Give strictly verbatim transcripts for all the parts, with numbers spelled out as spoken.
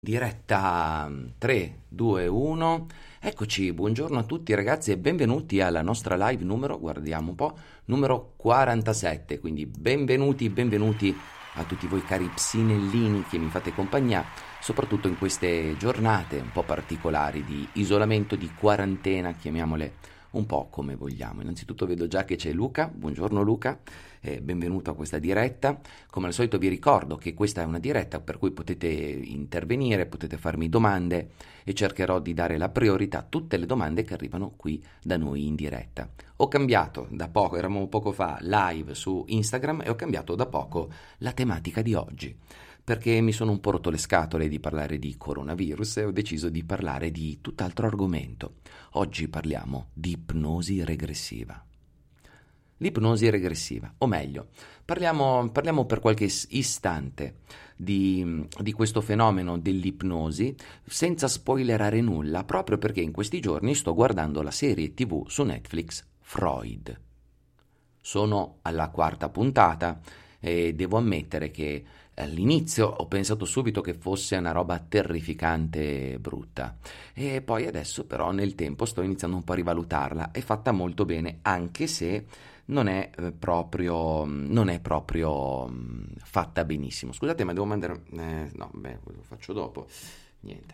Diretta tre, due, uno. Eccoci, buongiorno a tutti ragazzi e benvenuti alla nostra live numero, guardiamo un po', numero quarantasette, quindi benvenuti, benvenuti a tutti voi cari psinellini che mi fate compagnia, soprattutto in queste giornate un po' particolari di isolamento, di quarantena, chiamiamole un po' come vogliamo. Innanzitutto vedo già che c'è Luca, buongiorno Luca, eh, benvenuto a questa diretta. Come al solito vi ricordo che questa è una diretta per cui potete intervenire, potete farmi domande e cercherò di dare la priorità a tutte le domande che arrivano qui da noi in diretta. Ho cambiato da poco, eravamo poco fa live su Instagram e ho cambiato da poco la tematica di oggi, perché mi sono un po' rotto le scatole di parlare di coronavirus e ho deciso di parlare di tutt'altro argomento. Oggi parliamo di ipnosi regressiva. L'ipnosi regressiva, o meglio, parliamo, parliamo per qualche istante di, di questo fenomeno dell'ipnosi senza spoilerare nulla, proprio perché in questi giorni sto guardando la serie tivù su Netflix Freud. Sono alla quarta puntata e devo ammettere che all'inizio ho pensato subito che fosse una roba terrificante e brutta e poi adesso però nel tempo sto iniziando un po' a rivalutarla. È fatta molto bene, anche se non è eh, proprio non è proprio mh, fatta benissimo. Scusate, ma devo mandare eh, no, beh, lo faccio dopo. Niente.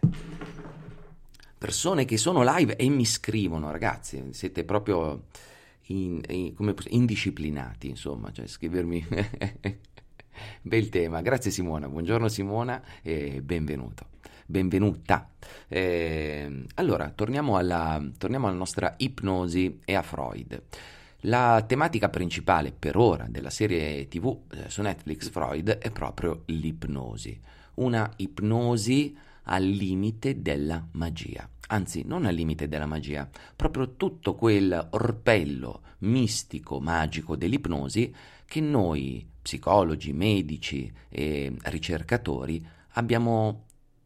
Persone che sono live e mi scrivono, ragazzi, siete proprio in, in, come posso- indisciplinati, insomma, cioè scrivermi bel tema. Grazie Simona, buongiorno Simona e benvenuto. Benvenuta. Eh, allora, torniamo alla, torniamo alla nostra ipnosi e a Freud. La tematica principale per ora della serie tivù eh, su Netflix Freud è proprio l'ipnosi. Una ipnosi al limite della magia. Anzi, non al limite della magia, proprio tutto quel orpello mistico, magico dell'ipnosi che noi, psicologi, medici e ricercatori, abbiamo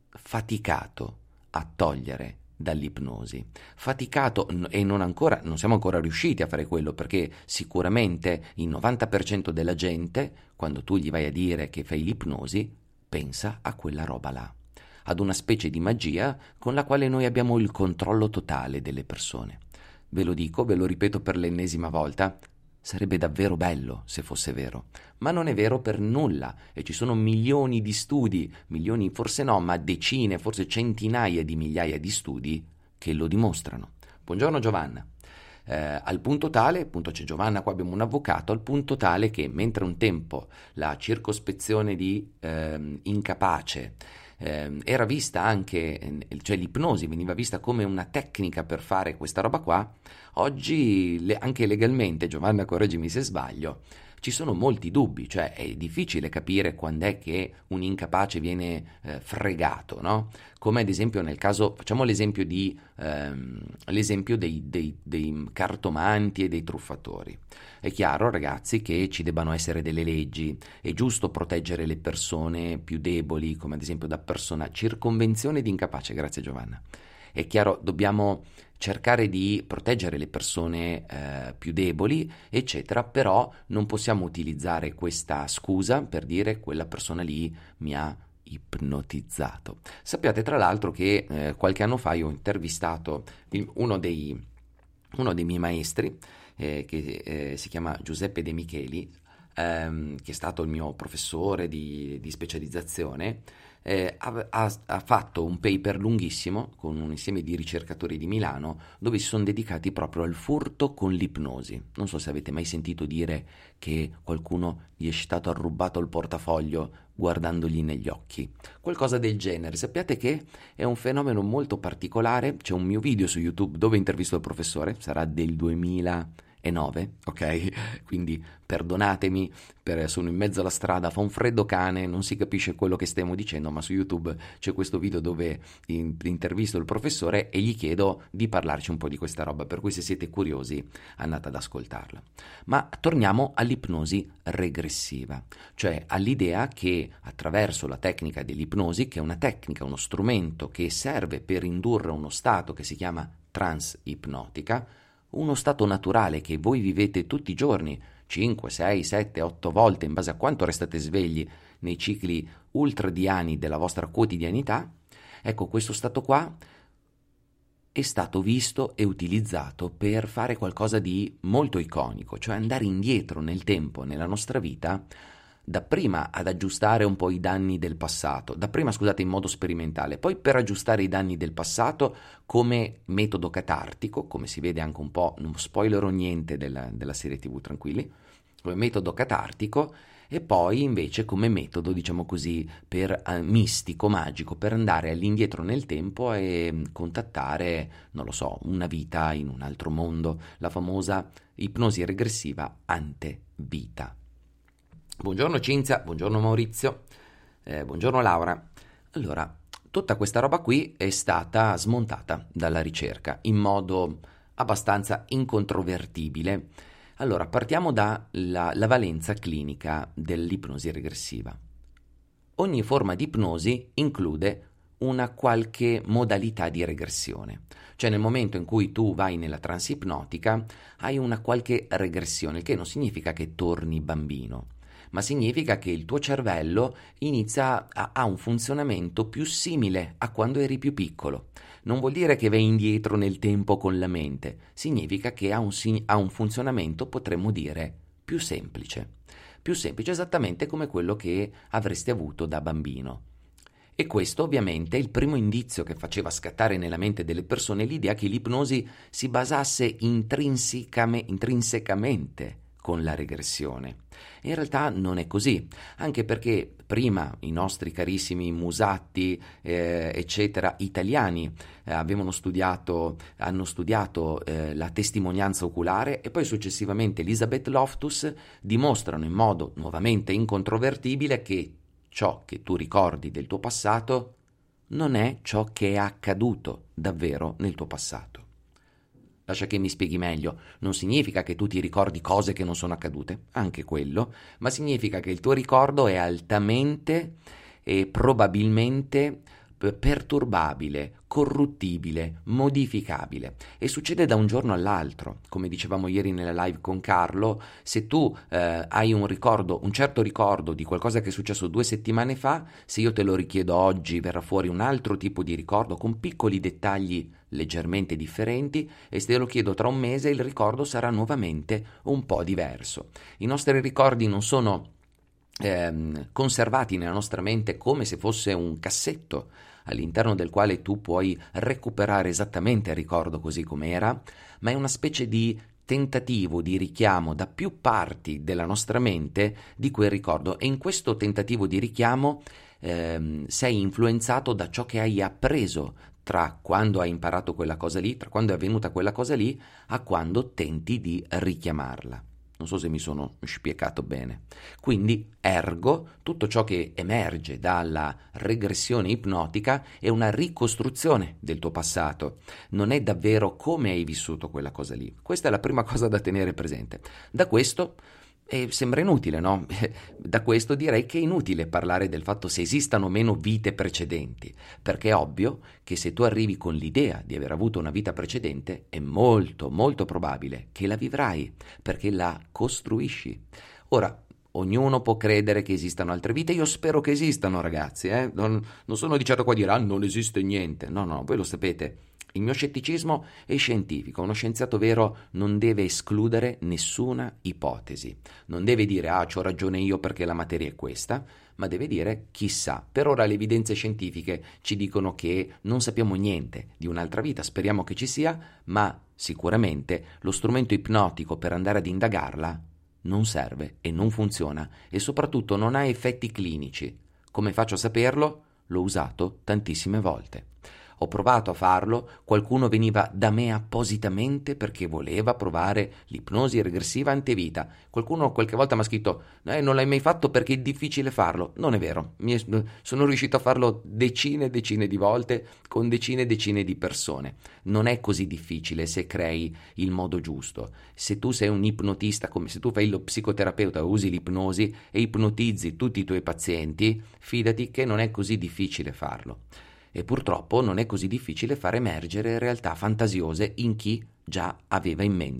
faticato a togliere dall'ipnosi. Faticato e non ancora, non siamo ancora riusciti a fare quello, perché sicuramente il novanta per cento della gente, quando tu gli vai a dire che fai l'ipnosi, pensa a quella roba là, ad una specie di magia con la quale noi abbiamo il controllo totale delle persone. Ve lo dico, ve lo ripeto per l'ennesima volta, sarebbe davvero bello se fosse vero, ma non è vero per nulla e ci sono milioni di studi, milioni forse no, ma decine, forse centinaia di migliaia di studi che lo dimostrano. Buongiorno Giovanna. Eh, al punto tale, appunto c'è Giovanna, qua abbiamo un avvocato, al punto tale che mentre un tempo la circospezione di eh, incapace eh, era vista anche, cioè l'ipnosi veniva vista come una tecnica per fare questa roba qua, oggi le, anche legalmente, Giovanna correggimi se sbaglio, ci sono molti dubbi, cioè è difficile capire quando è che un incapace viene eh, fregato, no? Come ad esempio nel caso, facciamo l'esempio di ehm, l'esempio dei, dei, dei cartomanti e dei truffatori. È chiaro, ragazzi, che ci debbano essere delle leggi, è giusto proteggere le persone più deboli, come ad esempio da persona, circonvenzione di incapace, grazie Giovanna. È chiaro, dobbiamo cercare di proteggere le persone eh, più deboli, eccetera, però non possiamo utilizzare questa scusa per dire quella persona lì mi ha ipnotizzato. Sappiate tra l'altro che eh, qualche anno fa io ho intervistato uno dei, uno dei miei maestri, eh, che eh, si chiama Giuseppe De Micheli, ehm, che è stato il mio professore di, di specializzazione. Eh, ha, ha, ha fatto un paper lunghissimo con un insieme di ricercatori di Milano dove si sono dedicati proprio al furto con l'ipnosi. Non so se avete mai sentito dire che qualcuno gli è stato arrubato il portafoglio guardandogli negli occhi. Qualcosa del genere. Sappiate che è un fenomeno molto particolare. C'è un mio video su YouTube dove intervisto il professore, sarà del duemilanove, ok? Quindi perdonatemi, per, sono in mezzo alla strada, fa un freddo cane, non si capisce quello che stiamo dicendo, ma su YouTube c'è questo video dove in, intervisto il professore e gli chiedo di parlarci un po' di questa roba, per cui se siete curiosi andate ad ascoltarla. Ma torniamo all'ipnosi regressiva, cioè all'idea che attraverso la tecnica dell'ipnosi, che è una tecnica, uno strumento che serve per indurre uno stato che si chiama trance ipnotica, uno stato naturale che voi vivete tutti i giorni, cinque, sei, sette, otto volte in base a quanto restate svegli nei cicli ultradiani della vostra quotidianità, Ecco, questo stato qua è stato visto e utilizzato per fare qualcosa di molto iconico, cioè andare indietro nel tempo, nella nostra vita, dapprima ad aggiustare un po' i danni del passato, dapprima scusate in modo sperimentale, poi per aggiustare i danni del passato come metodo catartico, come si vede anche un po', non spoilerò niente della, della serie tivù, tranquilli, come metodo catartico, e poi invece come metodo, diciamo così, per eh, mistico, magico, per andare all'indietro nel tempo e contattare, non lo so, una vita in un altro mondo, la famosa ipnosi regressiva ante vita. Buongiorno Cinzia, buongiorno Maurizio, eh, buongiorno Laura. Allora, tutta questa roba qui è stata smontata dalla ricerca in modo abbastanza incontrovertibile. Allora, partiamo dalla la valenza clinica dell'ipnosi regressiva. Ogni forma di ipnosi include una qualche modalità di regressione. Cioè nel momento in cui tu vai nella trance ipnotica hai una qualche regressione, il che non significa che torni bambino, ma significa che il tuo cervello inizia a, a un funzionamento più simile a quando eri più piccolo. Non vuol dire che vai indietro nel tempo con la mente, significa che ha un, ha un funzionamento, potremmo dire, più semplice. Più semplice esattamente come quello che avresti avuto da bambino. E questo ovviamente è il primo indizio che faceva scattare nella mente delle persone l'idea che l'ipnosi si basasse intrinsecame, intrinsecamente con la regressione. In realtà non è così, anche perché prima i nostri carissimi Musatti, eh, eccetera, italiani eh, avevano studiato, hanno studiato eh, la testimonianza oculare e poi successivamente Elizabeth Loftus dimostrano in modo nuovamente incontrovertibile che ciò che tu ricordi del tuo passato non è ciò che è accaduto davvero nel tuo passato. Lascia che mi spieghi meglio, non significa che tu ti ricordi cose che non sono accadute, anche quello, ma significa che il tuo ricordo è altamente e probabilmente perturbabile, corruttibile, modificabile e succede da un giorno all'altro. Come dicevamo ieri nella live con Carlo, se tu eh, hai un ricordo, un certo ricordo di qualcosa che è successo due settimane fa, se io te lo richiedo oggi verrà fuori un altro tipo di ricordo con piccoli dettagli leggermente differenti e se te lo chiedo tra un mese il ricordo sarà nuovamente un po' diverso. I nostri ricordi non sono ehm, conservati nella nostra mente come se fosse un cassetto all'interno del quale tu puoi recuperare esattamente il ricordo così com'era, ma è una specie di tentativo di richiamo da più parti della nostra mente di quel ricordo e in questo tentativo di richiamo ehm, sei influenzato da ciò che hai appreso tra quando hai imparato quella cosa lì, tra quando è avvenuta quella cosa lì, a quando tenti di richiamarla. Non so se mi sono spiegato bene. Quindi, ergo, tutto ciò che emerge dalla regressione ipnotica è una ricostruzione del tuo passato. Non è davvero come hai vissuto quella cosa lì. Questa è la prima cosa da tenere presente. Da questo E sembra inutile, no? Da questo direi che è inutile parlare del fatto se esistano o meno vite precedenti, perché è ovvio che se tu arrivi con l'idea di aver avuto una vita precedente, è molto, molto probabile che la vivrai, perché la costruisci. Ora, ognuno può credere che esistano altre vite, io spero che esistano, ragazzi, eh? Non, non sono di certo qua a dire, ah, non esiste niente. No, no, voi lo sapete. Il mio scetticismo è scientifico, uno scienziato vero non deve escludere nessuna ipotesi, non deve dire ah c'ho ragione io perché la materia è questa, ma deve dire chissà. Per ora le evidenze scientifiche ci dicono che non sappiamo niente di un'altra vita, speriamo che ci sia, ma sicuramente lo strumento ipnotico per andare ad indagarla non serve e non funziona e soprattutto non ha effetti clinici. Come faccio a saperlo? L'ho usato tantissime volte. Ho provato a farlo, qualcuno veniva da me appositamente perché voleva provare l'ipnosi regressiva antevita. Qualcuno qualche volta mi ha scritto eh, non l'hai mai fatto perché è difficile farlo. Non è vero, Mi è, sono riuscito a farlo decine e decine di volte con decine e decine di persone. Non è così difficile se crei il modo giusto. Se tu sei un ipnotista, come se tu fai lo psicoterapeuta, usi l'ipnosi e ipnotizzi tutti i tuoi pazienti, fidati che non è così difficile farlo. E purtroppo non è così difficile far emergere realtà fantasiose in chi già aveva in mente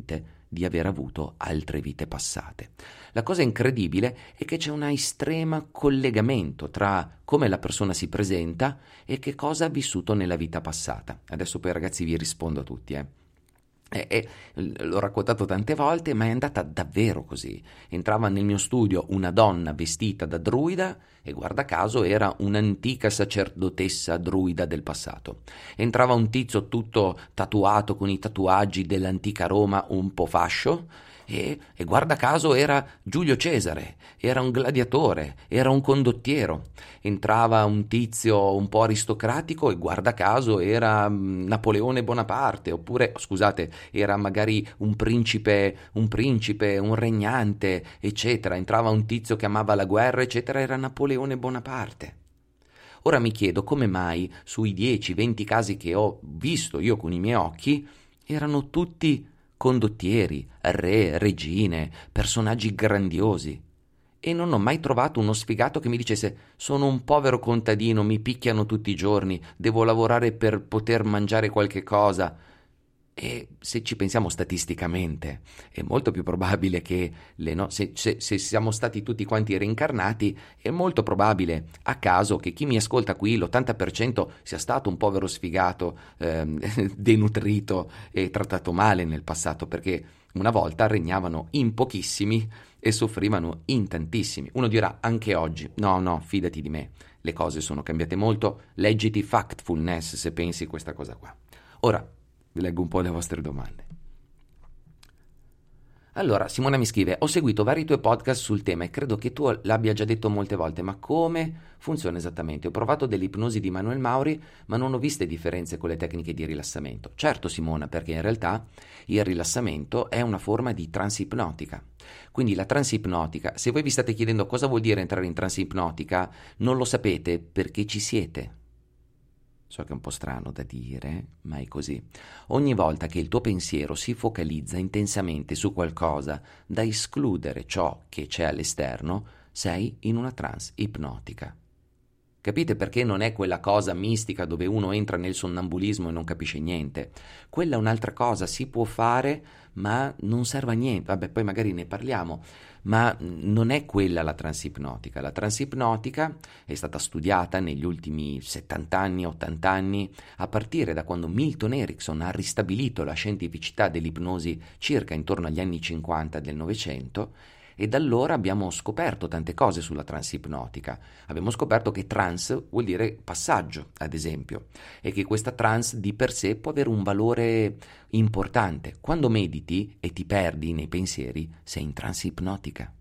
di aver avuto altre vite passate. La cosa incredibile è che c'è un estremo collegamento tra come la persona si presenta e che cosa ha vissuto nella vita passata. Adesso poi ragazzi vi rispondo a tutti, eh. E, e, l'ho raccontato tante volte, ma è andata davvero così. Entrava nel mio studio una donna vestita da druida e guarda caso era un'antica sacerdotessa druida del passato. Entrava un tizio tutto tatuato con i tatuaggi dell'antica Roma un po' fascio e, e guarda caso era Giulio Cesare, era un gladiatore, era un condottiero. Entrava un tizio un po' aristocratico e guarda caso era Napoleone Bonaparte, oppure scusate, era magari un principe, un principe, un regnante, eccetera. Entrava un tizio che amava la guerra, eccetera, era Napoleone Bonaparte. Ora mi chiedo come mai sui dieci venti casi che ho visto io con i miei occhi erano tutti condottieri, re, regine, personaggi grandiosi. E non ho mai trovato uno sfigato che mi dicesse: sono un povero contadino, mi picchiano tutti i giorni, devo lavorare per poter mangiare qualche cosa. E se ci pensiamo statisticamente, è molto più probabile che le no- se, se, se siamo stati tutti quanti reincarnati, è molto probabile, a caso, che chi mi ascolta qui, l'ottanta per cento, sia stato un povero sfigato, ehm, denutrito e trattato male nel passato, perché una volta regnavano in pochissimi e soffrivano in tantissimi. Uno dirà anche oggi: no, no, fidati di me, le cose sono cambiate molto, leggiti Factfulness se pensi questa cosa qua. Ora vi leggo un po' le vostre domande. Allora, Simona mi scrive: ho seguito vari tuoi podcast sul tema e credo che tu l'abbia già detto molte volte, ma come funziona esattamente? Ho provato dell'ipnosi di Manuel Mauri, ma non ho viste differenze con le tecniche di rilassamento. Certo Simona, perché in realtà il rilassamento è una forma di transipnotica. Quindi la transipnotica, se voi vi state chiedendo cosa vuol dire entrare in transipnotica, non lo sapete perché ci siete. So che è un po' strano da dire, ma è così. Ogni volta che il tuo pensiero si focalizza intensamente su qualcosa da escludere ciò che c'è all'esterno, sei in una trance ipnotica. Capite perché non è quella cosa mistica dove uno entra nel sonnambulismo e non capisce niente? Quella è un'altra cosa, si può fare, ma non serve a niente. Vabbè, poi magari ne parliamo. Ma non è quella la transipnotica. La transipnotica è stata studiata negli ultimi settanta anni, ottanta anni, a partire da quando Milton Erickson ha ristabilito la scientificità dell'ipnosi circa intorno agli anni cinquanta del Novecento, e da allora abbiamo scoperto tante cose sulla transipnotica. Abbiamo scoperto che trance vuol dire passaggio, ad esempio, e che questa trance di per sé può avere un valore importante. Quando mediti e ti perdi nei pensieri, sei in trance ipnotica.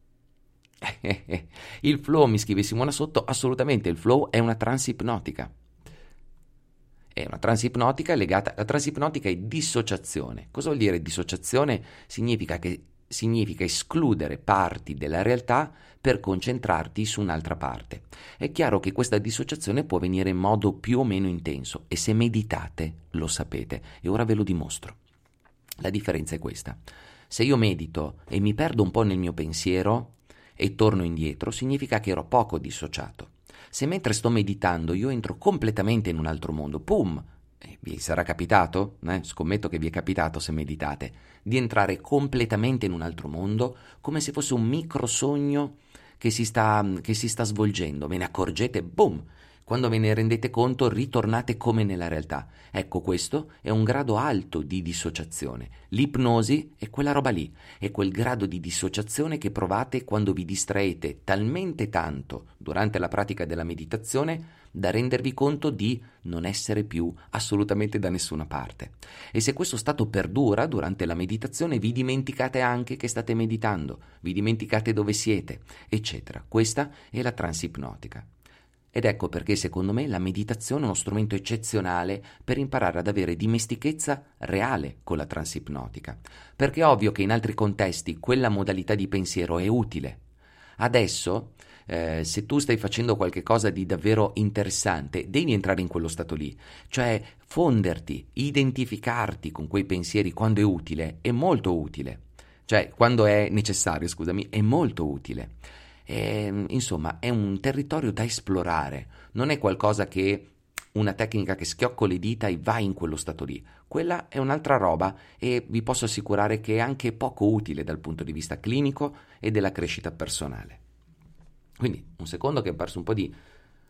Il flow, mi scrive Simona sotto, assolutamente, il flow è una trance ipnotica. È una trance ipnotica legata, la trance ipnotica è dissociazione. Cosa vuol dire dissociazione? Significa che significa escludere parti della realtà per concentrarti su un'altra parte. È chiaro che questa dissociazione può avvenire in modo più o meno intenso e se meditate lo sapete e ora ve lo dimostro. La differenza è questa: se io medito e mi perdo un po' nel mio pensiero e torno indietro, significa che ero poco dissociato. Se mentre sto meditando io entro completamente in un altro mondo, pum! Eh, vi sarà capitato? Eh? Scommetto che vi è capitato, se meditate, di entrare completamente in un altro mondo, come se fosse un micro sogno che si sta, che si sta svolgendo. Ve ne accorgete, boom! Quando ve ne rendete conto, ritornate come nella realtà. Ecco, questo è un grado alto di dissociazione. L'ipnosi è quella roba lì, è quel grado di dissociazione che provate quando vi distraete talmente tanto durante la pratica della meditazione da rendervi conto di non essere più assolutamente da nessuna parte. E se questo stato perdura durante la meditazione, vi dimenticate anche che state meditando, vi dimenticate dove siete, eccetera. Questa è la trance ipnotica. Ed ecco perché secondo me la meditazione è uno strumento eccezionale per imparare ad avere dimestichezza reale con la trance ipnotica. Perché è ovvio che in altri contesti quella modalità di pensiero è utile. Adesso, eh, se tu stai facendo qualche cosa di davvero interessante, devi entrare in quello stato lì. Cioè fonderti, identificarti con quei pensieri quando è utile, è molto utile. Cioè quando è necessario, scusami, è molto utile. E, insomma, è un territorio da esplorare, non è qualcosa che una tecnica che schiocco le dita e vai in quello stato lì. Quella è un'altra roba e vi posso assicurare che è anche poco utile dal punto di vista clinico e della crescita personale. Quindi, un secondo che ho perso un po' di...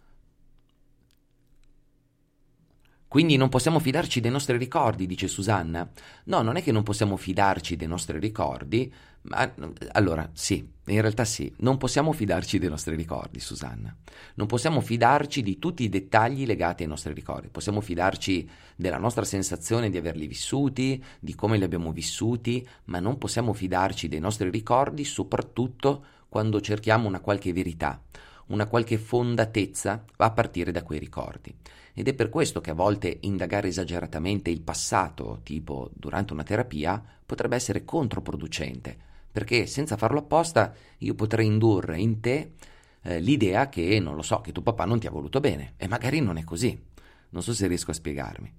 Quindi non possiamo fidarci dei nostri ricordi, dice Susanna. No, non è che non possiamo fidarci dei nostri ricordi, ma allora sì, in realtà sì, non possiamo fidarci dei nostri ricordi, Susanna. Non possiamo fidarci di tutti i dettagli legati ai nostri ricordi. Possiamo fidarci della nostra sensazione di averli vissuti, di come li abbiamo vissuti, ma non possiamo fidarci dei nostri ricordi, soprattutto quando cerchiamo una qualche verità, una qualche fondatezza a partire da quei ricordi. Ed è per questo che a volte indagare esageratamente il passato, tipo durante una terapia, potrebbe essere controproducente, perché senza farlo apposta io potrei indurre in te eh, l'idea che, non lo so, che tuo papà non ti ha voluto bene, e magari non è così. Non so se riesco a spiegarmi.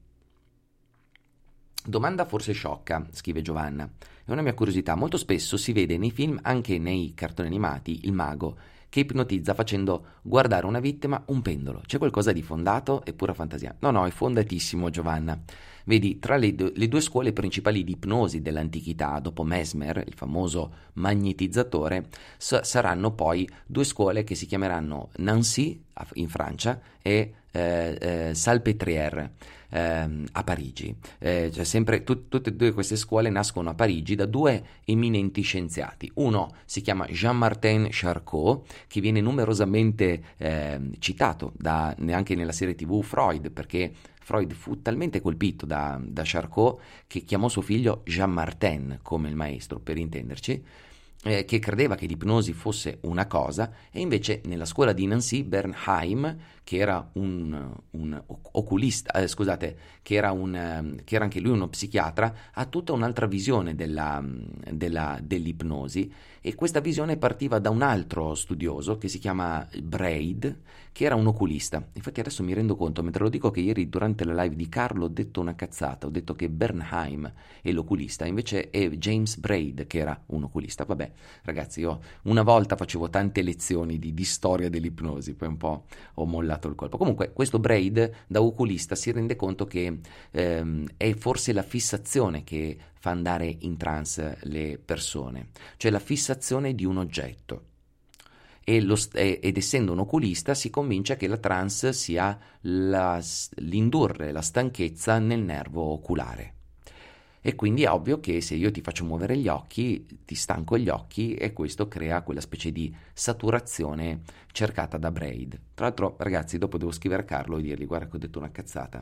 Domanda forse sciocca, scrive Giovanna. È una mia curiosità. Molto spesso si vede nei film, anche nei cartoni animati, il mago che ipnotizza facendo guardare una vittima un pendolo. C'è qualcosa di fondato? È pura fantasia? No, no, è fondatissimo, Giovanna. Vedi, tra le, do- le due scuole principali di ipnosi dell'antichità, dopo Mesmer, il famoso magnetizzatore, s- saranno poi due scuole che si chiameranno Nancy, in Francia, e eh, eh, Salpêtrière, ehm, a Parigi. Eh, cioè sempre, tut- tutte e due queste scuole nascono a Parigi da due eminenti scienziati. Uno si chiama Jean-Martin Charcot, che viene numerosamente eh, citato da, neanche nella serie tivù Freud, perché Freud fu talmente colpito da, da Charcot che chiamò suo figlio Jean-Martin come il maestro, per intenderci, eh, che credeva che l'ipnosi fosse una cosa, e invece nella scuola di Nancy Bernheim, che era un, un oculista, eh, scusate, che era, un, che era anche lui uno psichiatra, ha tutta un'altra visione della, della, dell'ipnosi, e questa visione partiva da un altro studioso che si chiama Braid, che era un oculista. Infatti adesso mi rendo conto, mentre lo dico, che ieri durante la live di Carlo ho detto una cazzata, ho detto che Bernheim è l'oculista, invece è James Braid che era un oculista. Vabbè, ragazzi, io una volta facevo tante lezioni di, di storia dell'ipnosi, poi un po' ho mollato il colpo. Comunque questo Braid da oculista si rende conto che ehm, è forse la fissazione che fa andare in trance le persone, cioè la fissazione di un oggetto. E lo, ed essendo un oculista si convince che la trance sia la, l'indurre la stanchezza nel nervo oculare. E quindi è ovvio che se io ti faccio muovere gli occhi, ti stanco gli occhi, e questo crea quella specie di saturazione cercata da Braid. Tra l'altro, ragazzi, dopo devo scrivere a Carlo e dirgli: guarda che ho detto una cazzata.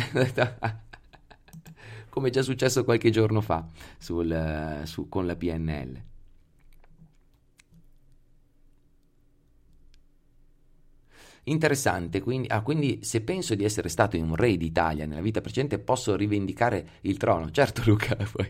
Come è già successo qualche giorno fa sul, su, con la P N L. Interessante, quindi, ah, quindi se penso di essere stato un re d'Italia nella vita precedente posso rivendicare il trono. Certo, Luca, poi.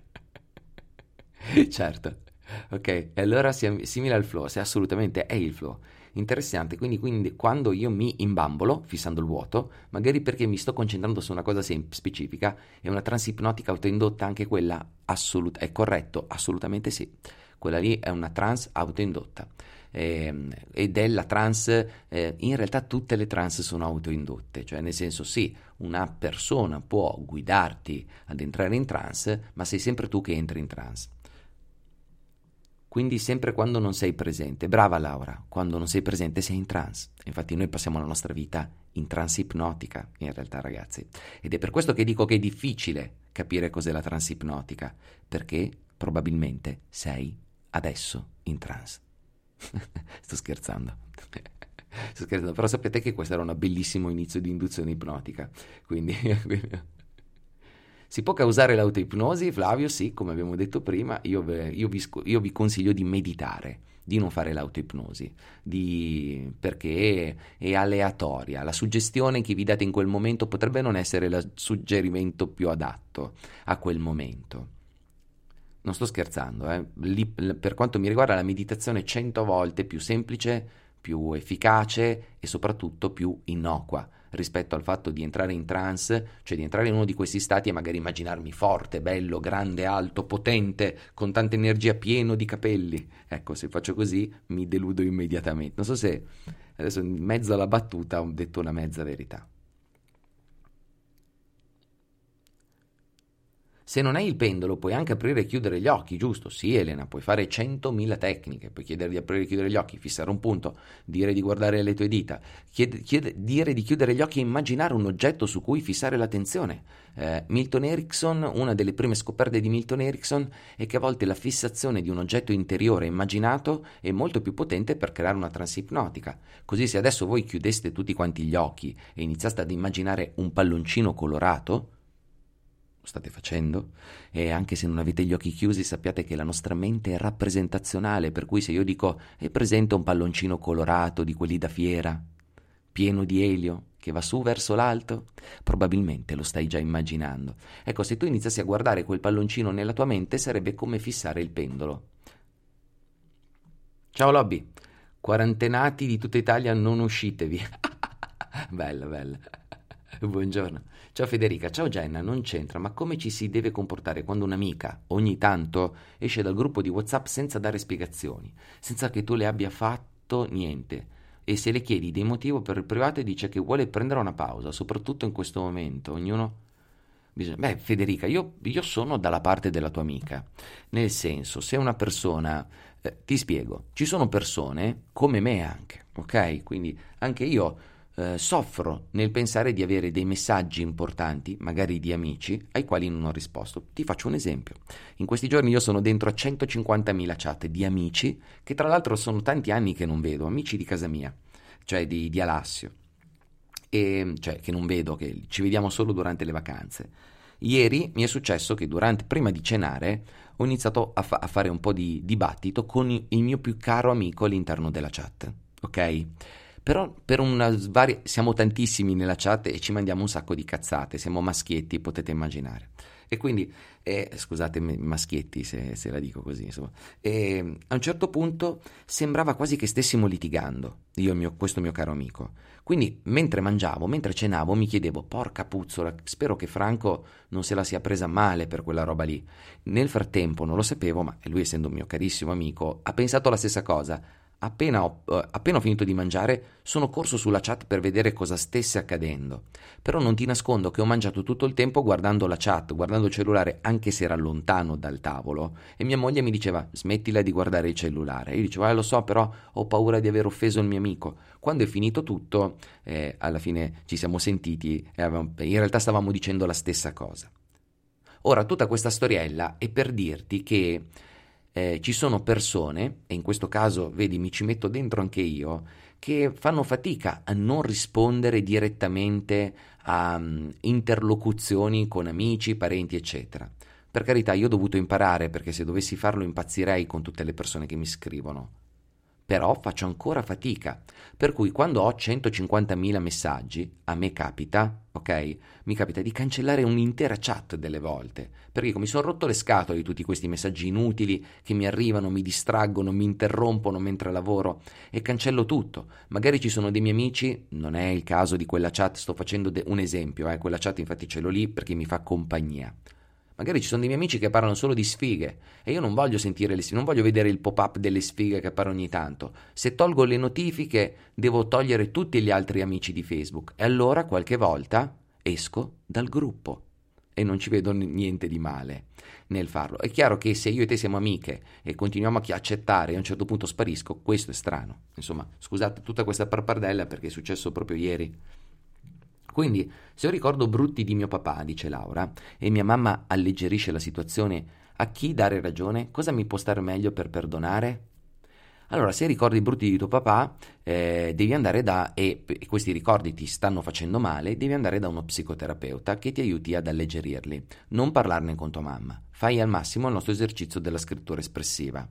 Certo, ok, e allora sia simile al flow, se assolutamente è il flow. Interessante, quindi, quindi quando io mi imbambolo, fissando il vuoto, magari perché mi sto concentrando su una cosa sem- specifica, è una trance ipnotica autoindotta anche quella? Assolut- è corretto? Assolutamente sì. Quella lì è una trance autoindotta. Eh, ed è la trance, eh, in realtà tutte le trance sono autoindotte, cioè nel senso sì, una persona può guidarti ad entrare in trance, ma sei sempre tu che entri in trance. Quindi sempre quando non sei presente. Brava Laura, quando non sei presente sei in trance. Infatti noi passiamo la nostra vita in trance ipnotica, in realtà, ragazzi. Ed è per questo che dico che è difficile capire cos'è la trance ipnotica, perché probabilmente sei adesso in trance. Sto scherzando. Sto scherzando, però sapete che questo era un bellissimo inizio di induzione ipnotica. Quindi... Si può causare l'autoipnosi, Flavio? Sì, come abbiamo detto prima, io, io, vi, io vi consiglio di meditare, di non fare l'autoipnosi, di, perché è aleatoria. La suggestione che vi date in quel momento potrebbe non essere il suggerimento più adatto a quel momento. Non sto scherzando, eh. Lì, per quanto mi riguarda, la meditazione è cento volte più semplice, più efficace e soprattutto più innocua rispetto al fatto di entrare in trance, cioè di entrare in uno di questi stati e magari immaginarmi forte, bello, grande, alto, potente, con tanta energia, pieno di capelli. Ecco, se faccio così mi deludo immediatamente. Non so se adesso in mezzo alla battuta ho detto una mezza verità. Se non hai il pendolo puoi anche aprire e chiudere gli occhi, giusto? Sì, Elena, puoi fare centomila tecniche, puoi chiedere di aprire e chiudere gli occhi, fissare un punto, dire di guardare le tue dita, chiede, chiede, dire di chiudere gli occhi e immaginare un oggetto su cui fissare l'attenzione. Eh, Milton Erickson, una delle prime scoperte di Milton Erickson è che a volte la fissazione di un oggetto interiore immaginato è molto più potente per creare una trance ipnotica. Così se adesso voi chiudeste tutti quanti gli occhi e iniziaste ad immaginare un palloncino colorato, state facendo, e anche se non avete gli occhi chiusi sappiate che la nostra mente è rappresentazionale, per cui se io dico è presente un palloncino colorato di quelli da fiera, pieno di elio, che va su verso l'alto, probabilmente lo stai già immaginando. Ecco, se tu iniziassi a guardare quel palloncino nella tua mente sarebbe come fissare il pendolo. Ciao Lobby, quarantenati di tutta Italia, non uscitevi. Bella, bella. Buongiorno. Ciao Federica, ciao Jenna, non c'entra, ma come ci si deve comportare quando un'amica ogni tanto esce dal gruppo di WhatsApp senza dare spiegazioni, senza che tu le abbia fatto niente, e se le chiedi dei motivi per il privato dice che vuole prendere una pausa, soprattutto in questo momento, ognuno... Bisogna... Beh Federica, io, io sono dalla parte della tua amica, nel senso, se una persona... Eh, ti spiego, ci sono persone come me anche, ok? Quindi anche io... Uh, soffro nel pensare di avere dei messaggi importanti, magari di amici, ai quali non ho risposto. Ti faccio un esempio. In questi giorni io sono dentro a centocinquantamila chat di amici, che tra l'altro sono tanti anni che non vedo, amici di casa mia, cioè di, di Alassio, e, cioè che non vedo, che ci vediamo solo durante le vacanze. Ieri mi è successo che durante, prima di cenare, ho iniziato a, fa- a fare un po' di dibattito con il mio più caro amico all'interno della chat, ok? Però per una varia... siamo tantissimi nella chat e ci mandiamo un sacco di cazzate, siamo maschietti, potete immaginare. E quindi, eh, scusate maschietti se, se la dico così, insomma. E a un certo punto sembrava quasi che stessimo litigando, io e mio, questo mio caro amico. Quindi mentre mangiavo, mentre cenavo, mi chiedevo, porca puzzola, spero che Franco non se la sia presa male per quella roba lì. Nel frattempo, non lo sapevo, ma lui essendo un mio carissimo amico, ha pensato la stessa cosa. Appena ho, uh, appena ho finito di mangiare, sono corso sulla chat per vedere cosa stesse accadendo. Però non ti nascondo che ho mangiato tutto il tempo guardando la chat, guardando il cellulare, anche se era lontano dal tavolo. E mia moglie mi diceva, smettila di guardare il cellulare. E io dicevo, eh lo so, però ho paura di aver offeso il mio amico. Quando è finito tutto, eh, alla fine ci siamo sentiti e avevamo, in realtà stavamo dicendo la stessa cosa. Ora, tutta questa storiella è per dirti che Eh, ci sono persone, e in questo caso, vedi, mi ci metto dentro anche io, che fanno fatica a non rispondere direttamente a um, interlocuzioni con amici, parenti, eccetera. Per carità, io ho dovuto imparare, perché se dovessi farlo impazzirei con tutte le persone che mi scrivono. Però faccio ancora fatica, per cui quando ho centocinquantamila messaggi, a me capita, ok? Mi capita di cancellare un'intera chat delle volte, perché mi sono rotto le scatole di tutti questi messaggi inutili che mi arrivano, mi distraggono, mi interrompono mentre lavoro e cancello tutto. Magari ci sono dei miei amici, non è il caso di quella chat, sto facendo de- un esempio, eh? Quella chat infatti ce l'ho lì perché mi fa compagnia. Magari ci sono dei miei amici che parlano solo di sfighe e io non voglio sentire le sfighe, non voglio vedere il pop-up delle sfighe che appaiono ogni tanto. Se tolgo le notifiche devo togliere tutti gli altri amici di Facebook e allora qualche volta esco dal gruppo e non ci vedo niente di male nel farlo. È chiaro che se io e te siamo amiche e continuiamo a accettare e a un certo punto sparisco, questo è strano. Insomma, scusate tutta questa pappardella perché è successo proprio ieri. Quindi, se ho ricordo brutti di mio papà, dice Laura, e mia mamma alleggerisce la situazione, a chi dare ragione? Cosa mi può stare meglio per perdonare? Allora, se ricordi brutti di tuo papà, eh, devi andare da, e, e questi ricordi ti stanno facendo male, devi andare da uno psicoterapeuta che ti aiuti ad alleggerirli. Non parlarne con tua mamma. Fai al massimo il nostro esercizio della scrittura espressiva.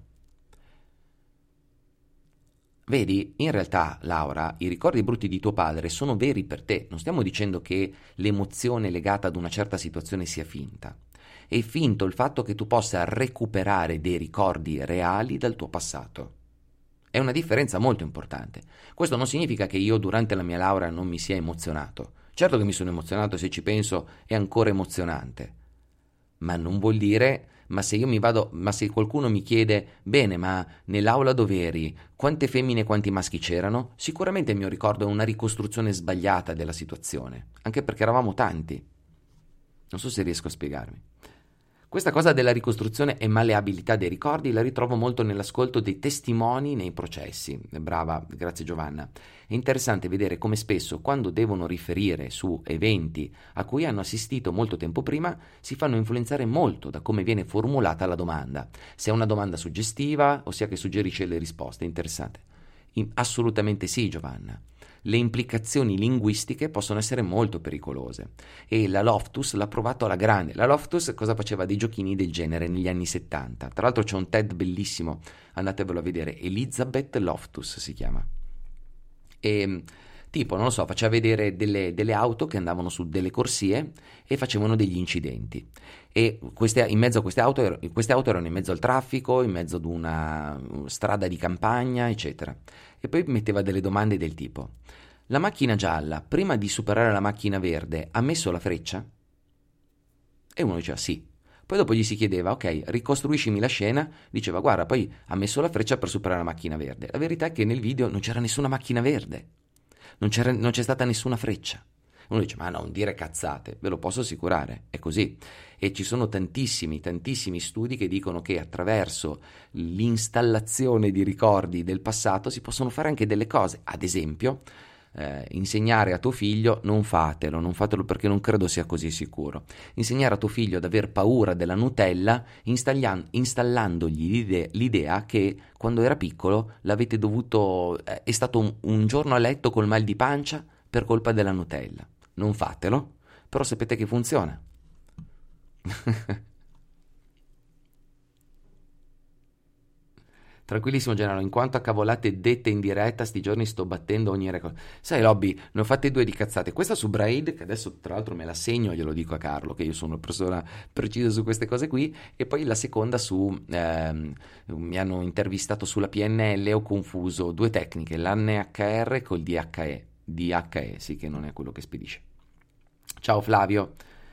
Vedi, in realtà, Laura, i ricordi brutti di tuo padre sono veri per te. Non stiamo dicendo che l'emozione legata ad una certa situazione sia finta. È finto il fatto che tu possa recuperare dei ricordi reali dal tuo passato. È una differenza molto importante. Questo non significa che io durante la mia laurea non mi sia emozionato. Certo che mi sono emozionato, se ci penso è ancora emozionante. Ma non vuol dire... Ma se io mi vado, ma se qualcuno mi chiede, bene, ma nell'aula dove eri, quante femmine e quanti maschi c'erano? Sicuramente il mio ricordo è una ricostruzione sbagliata della situazione, anche perché eravamo tanti. Non so se riesco a spiegarmi. Questa cosa della ricostruzione e malleabilità dei ricordi la ritrovo molto nell'ascolto dei testimoni nei processi. Brava, grazie Giovanna. È interessante vedere come spesso, quando devono riferire su eventi a cui hanno assistito molto tempo prima, si fanno influenzare molto da come viene formulata la domanda. Se è una domanda suggestiva, ossia che suggerisce le risposte. Interessante. In- assolutamente sì, Giovanna. Le implicazioni linguistiche possono essere molto pericolose e la Loftus l'ha provato alla grande. La Loftus cosa faceva? Dei giochini del genere negli anni settanta. Tra l'altro c'è un TED bellissimo, andatevelo a vedere, Elizabeth Loftus si chiama. E tipo, non lo so, faceva vedere delle, delle auto che andavano su delle corsie e facevano degli incidenti. E queste, in mezzo a queste auto, queste auto erano in mezzo al traffico, in mezzo ad una strada di campagna, eccetera. E poi metteva delle domande del tipo: la macchina gialla, prima di superare la macchina verde, ha messo la freccia? E uno diceva sì. Poi dopo gli si chiedeva: ok, ricostruiscimi la scena. Diceva: guarda, poi ha messo la freccia per superare la macchina verde. La verità è che nel video non c'era nessuna macchina verde, non, c'era, non c'è stata nessuna freccia. Uno dice: ma non dire cazzate, ve lo posso assicurare, è così. E ci sono tantissimi, tantissimi studi che dicono che attraverso l'installazione di ricordi del passato si possono fare anche delle cose. Ad esempio, eh, insegnare a tuo figlio, non fatelo, non fatelo perché non credo sia così sicuro. Insegnare a tuo figlio ad aver paura della Nutella installan- installandogli l'ide- l'idea che quando era piccolo l'avete dovuto, eh, è stato un, un giorno a letto col mal di pancia per colpa della Nutella. Non fatelo, però sapete che funziona. Tranquillissimo Gennaro, in quanto a cavolate dette in diretta, sti giorni sto battendo ogni record. Sai Lobby, ne ho fatte due di cazzate. Questa su Braid, che adesso tra l'altro me la segno, glielo dico a Carlo, che io sono una persona precisa su queste cose qui, e poi la seconda su, ehm, mi hanno intervistato sulla P N L, ho confuso due tecniche, l'N H R col D H E, D H E, sì che non è quello che spedisce. Ciao Flavio.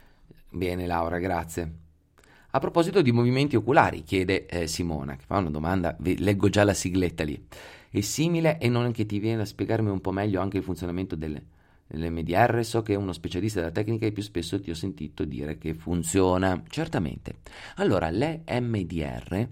Bene Laura, grazie. A proposito di movimenti oculari, chiede eh, Simona, che fa una domanda, ve- leggo già la sigletta lì. È simile e non che ti viene a spiegarmi un po' meglio anche il funzionamento delle, delle M D R? So che è uno specialista della tecnica e più spesso ti ho sentito dire che funziona. Certamente. Allora, le M D R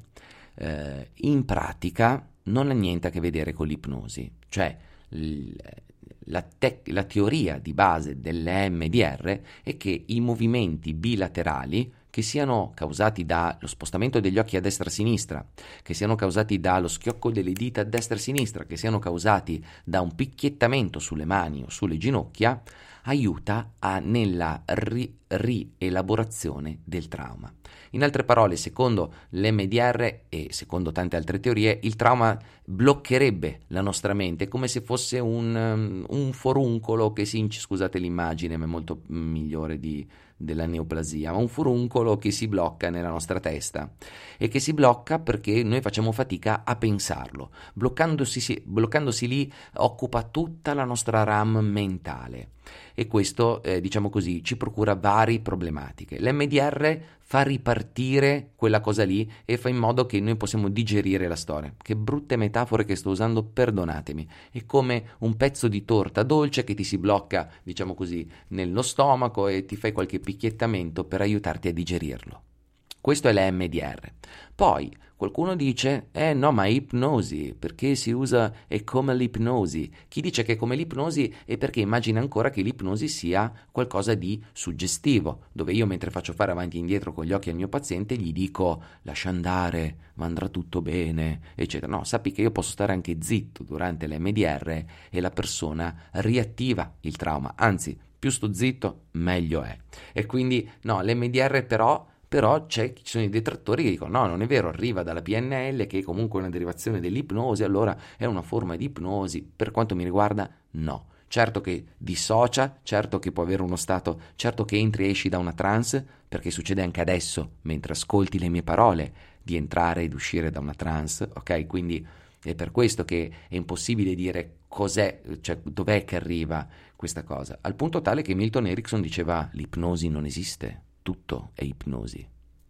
eh, in pratica non ha niente a che vedere con l'ipnosi, cioè l- la, tec- la teoria di base delle M D R è che i movimenti bilaterali, che siano causati dallo spostamento degli occhi a destra e a sinistra, che siano causati dallo schiocco delle dita a destra e a sinistra, che siano causati da un picchiettamento sulle mani o sulle ginocchia, aiuta a, nella ri- rielaborazione del trauma. In altre parole, secondo l'M D R e secondo tante altre teorie, il trauma bloccherebbe la nostra mente come se fosse un, um, un foruncolo che si, scusate l'immagine, ma è molto migliore di, della neoplasia, ma un furuncolo che si blocca nella nostra testa e che si blocca perché noi facciamo fatica a pensarlo. Bloccandosi, si, bloccandosi lì occupa tutta la nostra RAM mentale e questo, eh, diciamo così, ci procura varie problematiche. L'M D R fa ripartire quella cosa lì e fa in modo che noi possiamo digerire la storia. Che brutte metafore che sto usando, perdonatemi. È come un pezzo di torta dolce che ti si blocca, diciamo così, nello stomaco e ti fai qualche picchiettamento per aiutarti a digerirlo. Questo è l'M D R. Poi qualcuno dice, eh no, ma è ipnosi, perché si usa, è come l'ipnosi. Chi dice che è come l'ipnosi è perché immagina ancora che l'ipnosi sia qualcosa di suggestivo, dove io mentre faccio fare avanti e indietro con gli occhi al mio paziente gli dico lascia andare, ma andrà tutto bene, eccetera. No, sappi che io posso stare anche zitto durante l'M D R e la persona riattiva il trauma, anzi, più sto zitto, meglio è. E quindi, no, l'M D R però... Però c'è, ci sono i detrattori che dicono no, non è vero, arriva dalla P N L che è comunque una derivazione dell'ipnosi, allora è una forma di ipnosi. Per quanto mi riguarda, no. Certo che dissocia, certo che può avere uno stato, certo che entri e esci da una trance, perché succede anche adesso, mentre ascolti le mie parole, di entrare ed uscire da una trance, ok? Quindi è per questo che è impossibile dire cos'è, cioè dov'è che arriva questa cosa. Al punto tale che Milton Erickson diceva l'ipnosi non esiste. Tutto è ipnosi.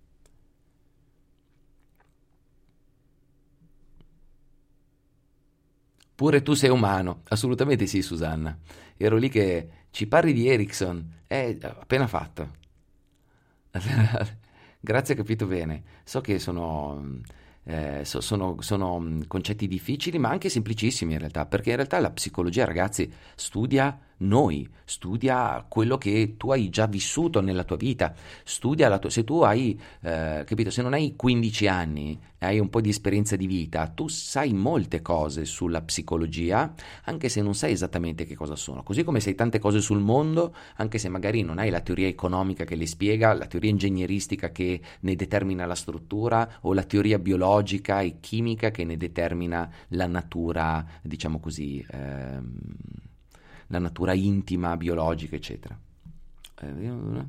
Pure tu sei umano, assolutamente sì, Susanna. Ero lì che ci parli di Erickson, è appena fatto. Grazie, capito bene. So che sono, eh, so- sono, sono mm, concetti difficili, ma anche semplicissimi in realtà, perché in realtà la psicologia, ragazzi, studia noi, studia quello che tu hai già vissuto nella tua vita, studia la tua... Se tu hai, eh, capito, se non hai quindici anni e hai un po' di esperienza di vita, tu sai molte cose sulla psicologia, anche se non sai esattamente che cosa sono. Così come sai tante cose sul mondo, anche se magari non hai la teoria economica che le spiega, la teoria ingegneristica che ne determina la struttura o la teoria biologica e chimica che ne determina la natura, diciamo così, ehm, la natura intima, biologica, eccetera. Eh,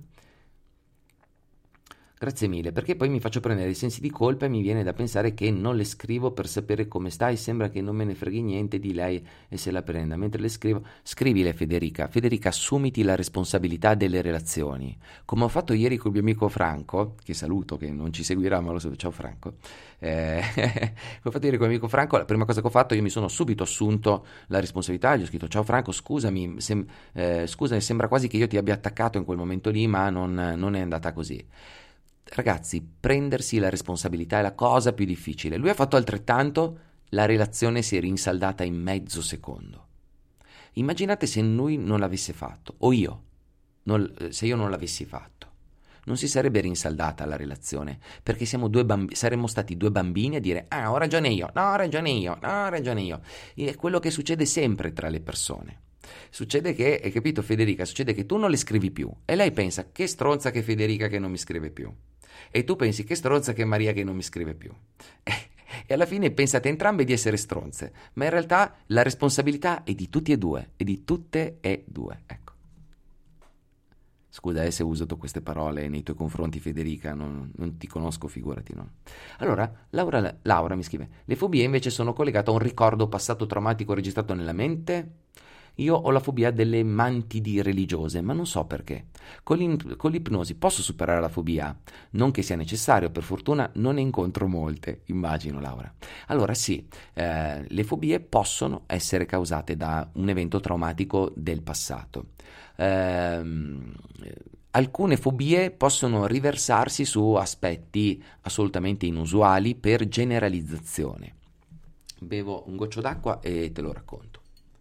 Grazie mille, perché poi mi faccio prendere i sensi di colpa e mi viene da pensare che non le scrivo per sapere come stai, sembra che non me ne freghi niente di lei e se la prenda. Mentre le scrivo, scrivile Federica, Federica, assumiti la responsabilità delle relazioni. Come ho fatto ieri col mio amico Franco, che saluto, che non ci seguirà, ma lo so, ciao Franco. Eh, come ho fatto ieri con il mio amico Franco, la prima cosa che ho fatto, io mi sono subito assunto la responsabilità, gli ho scritto, ciao Franco, scusami, sem- eh, scusami, sembra quasi che io ti abbia attaccato in quel momento lì, ma non, non è andata così. Ragazzi, prendersi la responsabilità è la cosa più difficile. Lui ha fatto altrettanto, la relazione si è rinsaldata in mezzo secondo. Immaginate se lui non l'avesse fatto, o io, non- se io non l'avessi fatto. Non si sarebbe rinsaldata la relazione, perché siamo due bambi- saremmo stati due bambini a dire ah, ho ragione io, no, ho ragione io, no, ho ragione io. E è quello che succede sempre tra le persone. Succede che, hai capito Federica, succede che tu non le scrivi più e lei pensa che stronza che Federica che non mi scrive più. E tu pensi che stronza che Maria che non mi scrive più. E alla fine pensate entrambe di essere stronze, ma in realtà la responsabilità è di tutti e due, e di tutte e due, ecco. Scusa eh, se ho usato queste parole nei tuoi confronti Federica, non, non ti conosco, figurati, no? Allora, Laura, Laura mi scrive, le fobie invece sono collegate a un ricordo passato traumatico registrato nella mente? Io ho la fobia delle mantidi religiose, ma non so perché. Con, l'ip- con l'ipnosi posso superare la fobia? Non che sia necessario, per fortuna non ne incontro molte, immagino Laura. Allora sì, eh, le fobie possono essere causate da un evento traumatico del passato. Ehm, alcune fobie possono riversarsi su aspetti assolutamente inusuali per generalizzazione. Bevo un goccio d'acqua e te lo racconto.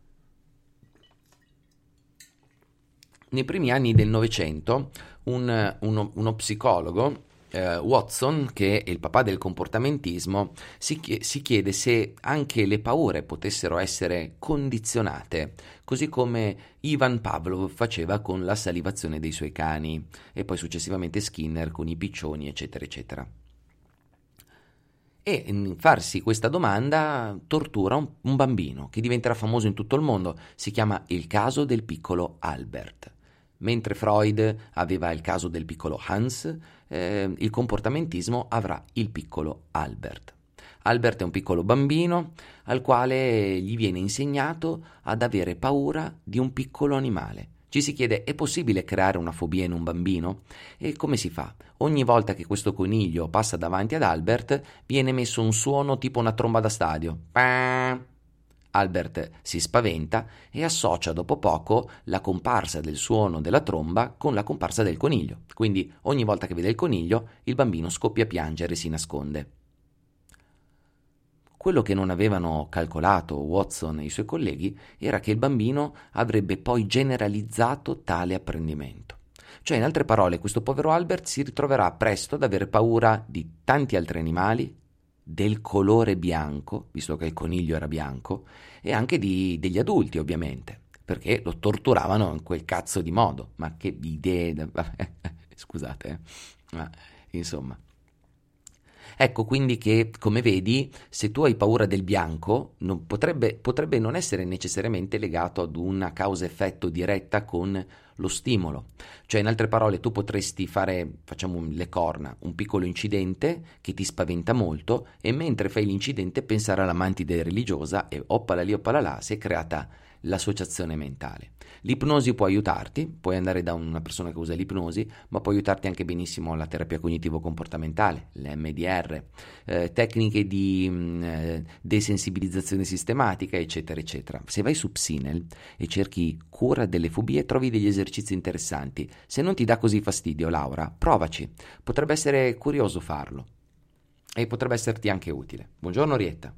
Nei primi anni del Novecento un- uno, uno psicologo, eh, Watson, che è il papà del comportamentismo, si, chie- si chiede se anche le paure potessero essere condizionate, così come Ivan Pavlov faceva con la salivazione dei suoi cani e poi successivamente Skinner con i piccioni, eccetera, eccetera. E in farsi questa domanda tortura un, un bambino che diventerà famoso in tutto il mondo. Si chiama Il caso del piccolo Albert. Mentre Freud aveva il caso del piccolo Hans, eh, il comportamentismo avrà il piccolo Albert. Albert è un piccolo bambino al quale gli viene insegnato ad avere paura di un piccolo animale. Ci si chiede, è possibile creare una fobia in un bambino? E come si fa? Ogni volta che questo coniglio passa davanti ad Albert, viene messo un suono tipo una tromba da stadio. Paa! Albert si spaventa e associa dopo poco la comparsa del suono della tromba con la comparsa del coniglio. Quindi ogni volta che vede il coniglio, il bambino scoppia a piangere e si nasconde. Quello che non avevano calcolato Watson e i suoi colleghi era che il bambino avrebbe poi generalizzato tale apprendimento. Cioè, in altre parole, questo povero Albert si ritroverà presto ad avere paura di tanti altri animali, del colore bianco, visto che il coniglio era bianco, e anche di, degli adulti, ovviamente, perché lo torturavano in quel cazzo di modo. Ma che idee... da- Scusate, eh. Ma, insomma... Ecco quindi che, come vedi, se tu hai paura del bianco, non potrebbe, potrebbe non essere necessariamente legato ad una causa-effetto diretta con lo stimolo. Cioè, in altre parole, tu potresti fare, facciamo le corna, un piccolo incidente che ti spaventa molto e mentre fai l'incidente pensare alla mantide religiosa e oppala lì, oppala là, si è creata l'associazione mentale. L'ipnosi può aiutarti, puoi andare da una persona che usa l'ipnosi, ma può aiutarti anche benissimo la terapia cognitivo-comportamentale, l'M D R, eh, tecniche di mh, eh, desensibilizzazione sistematica, eccetera, eccetera. Se vai su Psinel e cerchi cura delle fobie, trovi degli esercizi interessanti. Se non ti dà così fastidio, Laura, provaci. Potrebbe essere curioso farlo e potrebbe esserti anche utile. Buongiorno, Rietta.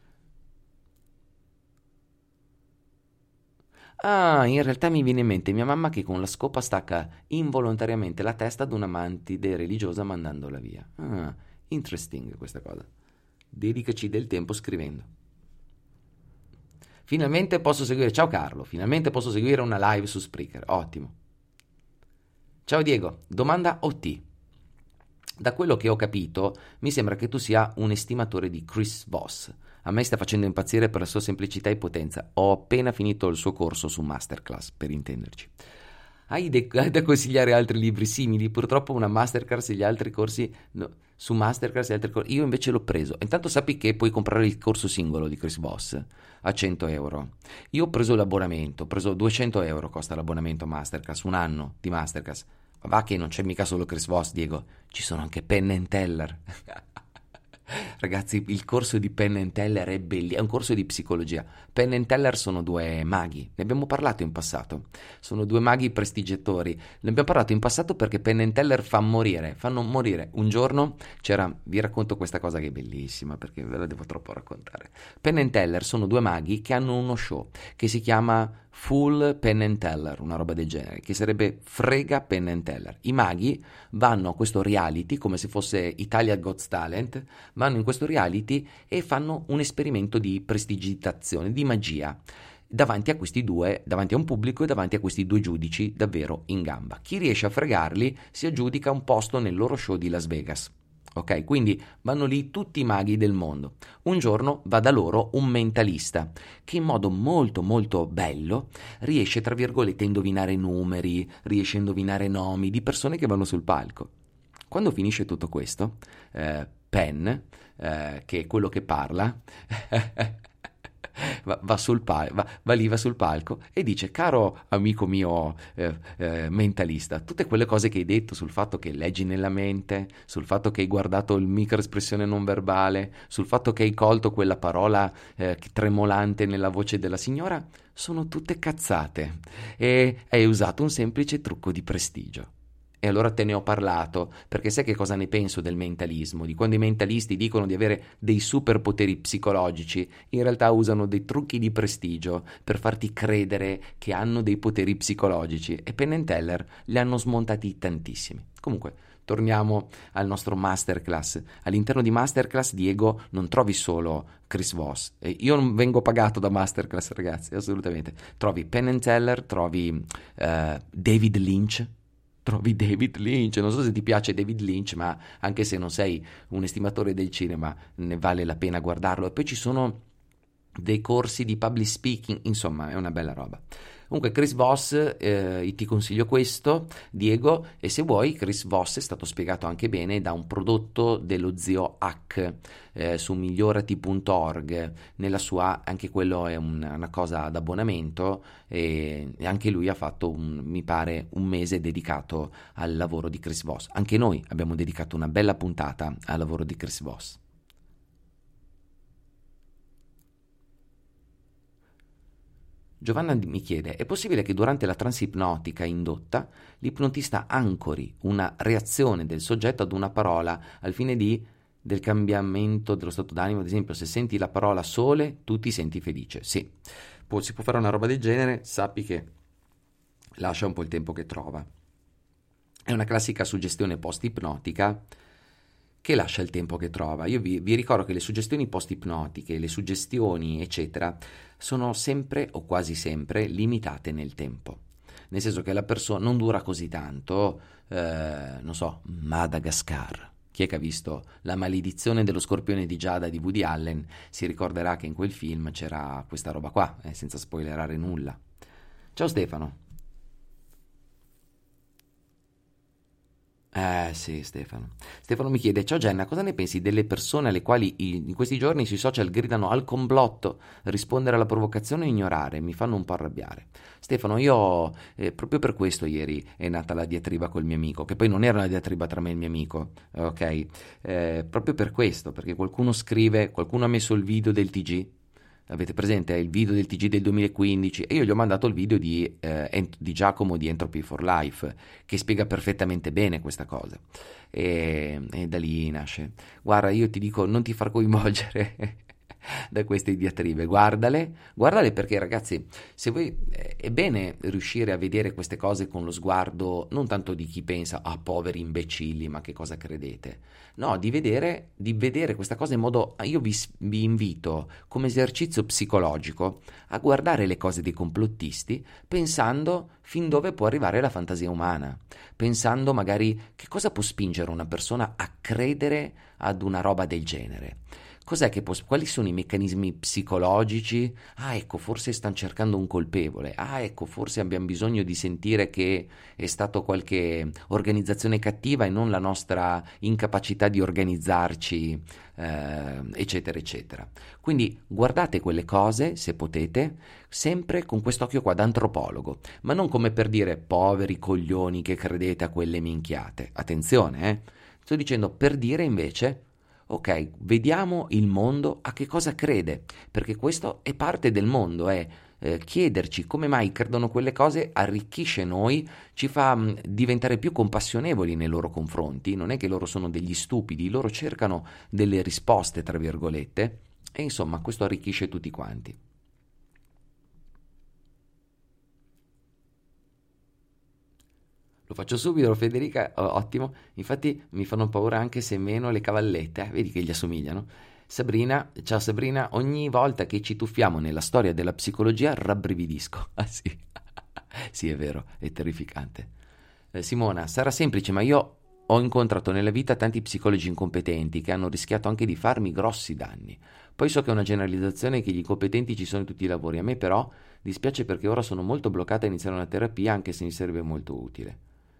Ah, in realtà mi viene in mente mia mamma che con la scopa stacca involontariamente la testa ad una mantide religiosa mandandola via. Ah, interesting questa cosa. Dedicaci del tempo scrivendo. Finalmente posso seguire, ciao Carlo, finalmente posso seguire una live su Spreaker, ottimo. Ciao Diego, domanda O T. Da quello che ho capito, mi sembra che tu sia un estimatore di Chris Voss. A me sta facendo impazzire per la sua semplicità e potenza. Ho appena finito il suo corso su Masterclass, per intenderci. Hai de- da consigliare altri libri simili? Purtroppo una Masterclass e gli altri corsi... No, su Masterclass e altri corsi... Io invece l'ho preso. Intanto sappi che puoi comprare il corso singolo di Chris Voss a cento euro. Io ho preso l'abbonamento, ho preso duecento euro costa l'abbonamento Masterclass, un anno di Masterclass. Va che non c'è mica solo Chris Voss, Diego, ci sono anche Penn and Teller. Ragazzi, il corso di Penn and Teller è bellissimo, è un corso di psicologia. Penn and Teller sono due maghi, ne abbiamo parlato in passato. Sono due maghi prestigiatori. Ne abbiamo parlato in passato perché Penn and Teller fa morire, fanno morire. Un giorno c'era, vi racconto questa cosa che è bellissima perché ve la devo troppo raccontare. Penn and Teller sono due maghi che hanno uno show che si chiama Full Penn and Teller, una roba del genere, che sarebbe Frega Penn and Teller. I maghi vanno a questo reality come se fosse Italia Got Talent, vanno in questo reality e fanno un esperimento di prestigitazione, di magia, davanti a questi due, davanti a un pubblico e davanti a questi due giudici davvero in gamba. Chi riesce a fregarli si aggiudica un posto nel loro show di Las Vegas. Ok, quindi vanno lì tutti i maghi del mondo. Un giorno va da loro un mentalista che in modo molto molto bello riesce tra virgolette a indovinare numeri, riesce a indovinare nomi di persone che vanno sul palco. Quando finisce tutto questo, eh, Penn, eh, che è quello che parla, Va, va, sul pal- va, va lì, va sul palco e dice: caro amico mio eh, eh, mentalista, tutte quelle cose che hai detto sul fatto che leggi nella mente, sul fatto che hai guardato il microespressione non verbale, sul fatto che hai colto quella parola eh, tremolante nella voce della signora, sono tutte cazzate e hai usato un semplice trucco di prestigio. E allora te ne ho parlato, perché sai che cosa ne penso del mentalismo, di quando i mentalisti dicono di avere dei superpoteri psicologici, in realtà usano dei trucchi di prestigio per farti credere che hanno dei poteri psicologici, e Penn and Teller li hanno smontati tantissimi. Comunque, torniamo al nostro Masterclass. All'interno di Masterclass, Diego, non trovi solo Chris Voss. E io non vengo pagato da Masterclass, ragazzi, assolutamente. Trovi Penn and Teller, trovi uh, David Lynch, trovi David Lynch, non so se ti piace David Lynch, ma anche se non sei un estimatore del cinema ne vale la pena guardarlo. E poi ci sono dei corsi di public speaking, insomma è una bella roba. Comunque Chris Voss, eh, ti consiglio questo, Diego, e se vuoi Chris Voss è stato spiegato anche bene da un prodotto dello zio Hack eh, su migliorati punto org, nella sua, anche quello è un, una cosa ad abbonamento, e, e anche lui ha fatto un, mi pare un mese dedicato al lavoro di Chris Voss. Anche noi abbiamo dedicato una bella puntata al lavoro di Chris Voss. Giovanna mi chiede: è possibile che durante la transipnotica indotta l'ipnotista ancori una reazione del soggetto ad una parola al fine di, del cambiamento dello stato d'animo? Ad esempio, se senti la parola sole, tu ti senti felice. Sì, può, si può fare una roba del genere, sappi che lascia un po' il tempo che trova. È una classica suggestione post-ipnotica che lascia il tempo che trova. Io vi, vi ricordo che le suggestioni post-ipnotiche, le suggestioni, eccetera, sono sempre o quasi sempre limitate nel tempo. Nel senso che la persona non dura così tanto, eh, non so, Madagascar. Chi è che ha visto La maledizione dello scorpione di Giada di Woody Allen si ricorderà che in quel film c'era questa roba qua, eh, senza spoilerare nulla. Ciao Stefano. Eh sì, Stefano. Stefano mi chiede: Ciao Jenna, cosa ne pensi delle persone alle quali i- in questi giorni sui social gridano al complotto, rispondere alla provocazione o ignorare? Mi fanno un po' arrabbiare. Stefano, io eh, proprio per questo ieri è nata la diatriba col mio amico, che poi non era una diatriba tra me e il mio amico, ok? Eh, proprio per questo, perché qualcuno scrive, qualcuno ha messo il video del T G. Avete presente? È il video del T G del duemilaquindici e io gli ho mandato il video di, eh, Ent- di Giacomo di Entropy for Life che spiega perfettamente bene questa cosa e, e da lì nasce. Guarda, io ti dico, non ti far coinvolgere da queste diatribe, guardale, guardale perché ragazzi, se voi eh, è bene riuscire a vedere queste cose con lo sguardo non tanto di chi pensa, ah, poveri imbecilli, ma che cosa credete? No, di vedere, di vedere questa cosa in modo, io vi, vi invito come esercizio psicologico a guardare le cose dei complottisti pensando fin dove può arrivare la fantasia umana, pensando magari che cosa può spingere una persona a credere ad una roba del genere. Cos'è che può, quali sono i meccanismi psicologici? Ah, ecco, forse stanno cercando un colpevole. Ah, ecco, forse abbiamo bisogno di sentire che è stata qualche organizzazione cattiva e non la nostra incapacità di organizzarci, eh, eccetera, eccetera. Quindi guardate quelle cose, se potete, sempre con quest'occhio qua da antropologo, ma non come per dire poveri coglioni che credete a quelle minchiate. Attenzione, eh. Sto dicendo per dire invece ok, vediamo il mondo a che cosa crede, perché questo è parte del mondo, è eh, chiederci come mai credono quelle cose arricchisce noi, ci fa mh, diventare più compassionevoli nei loro confronti, non è che loro sono degli stupidi, loro cercano delle risposte, tra virgolette, e insomma questo arricchisce tutti quanti. Lo faccio subito, Federica, oh, ottimo. Infatti mi fanno paura anche se meno le cavallette, eh, vedi che gli assomigliano. Sabrina, ciao Sabrina, ogni volta che ci tuffiamo nella storia della psicologia rabbrividisco. Ah sì, sì è vero, è terrificante. Eh, Simona, sarà semplice, ma io ho incontrato nella vita tanti psicologi incompetenti che hanno rischiato anche di farmi grossi danni. Poi so che è una generalizzazione che gli incompetenti ci sono in tutti i lavori, a me però dispiace perché ora sono molto bloccata a iniziare una terapia anche se mi sarebbe molto utile.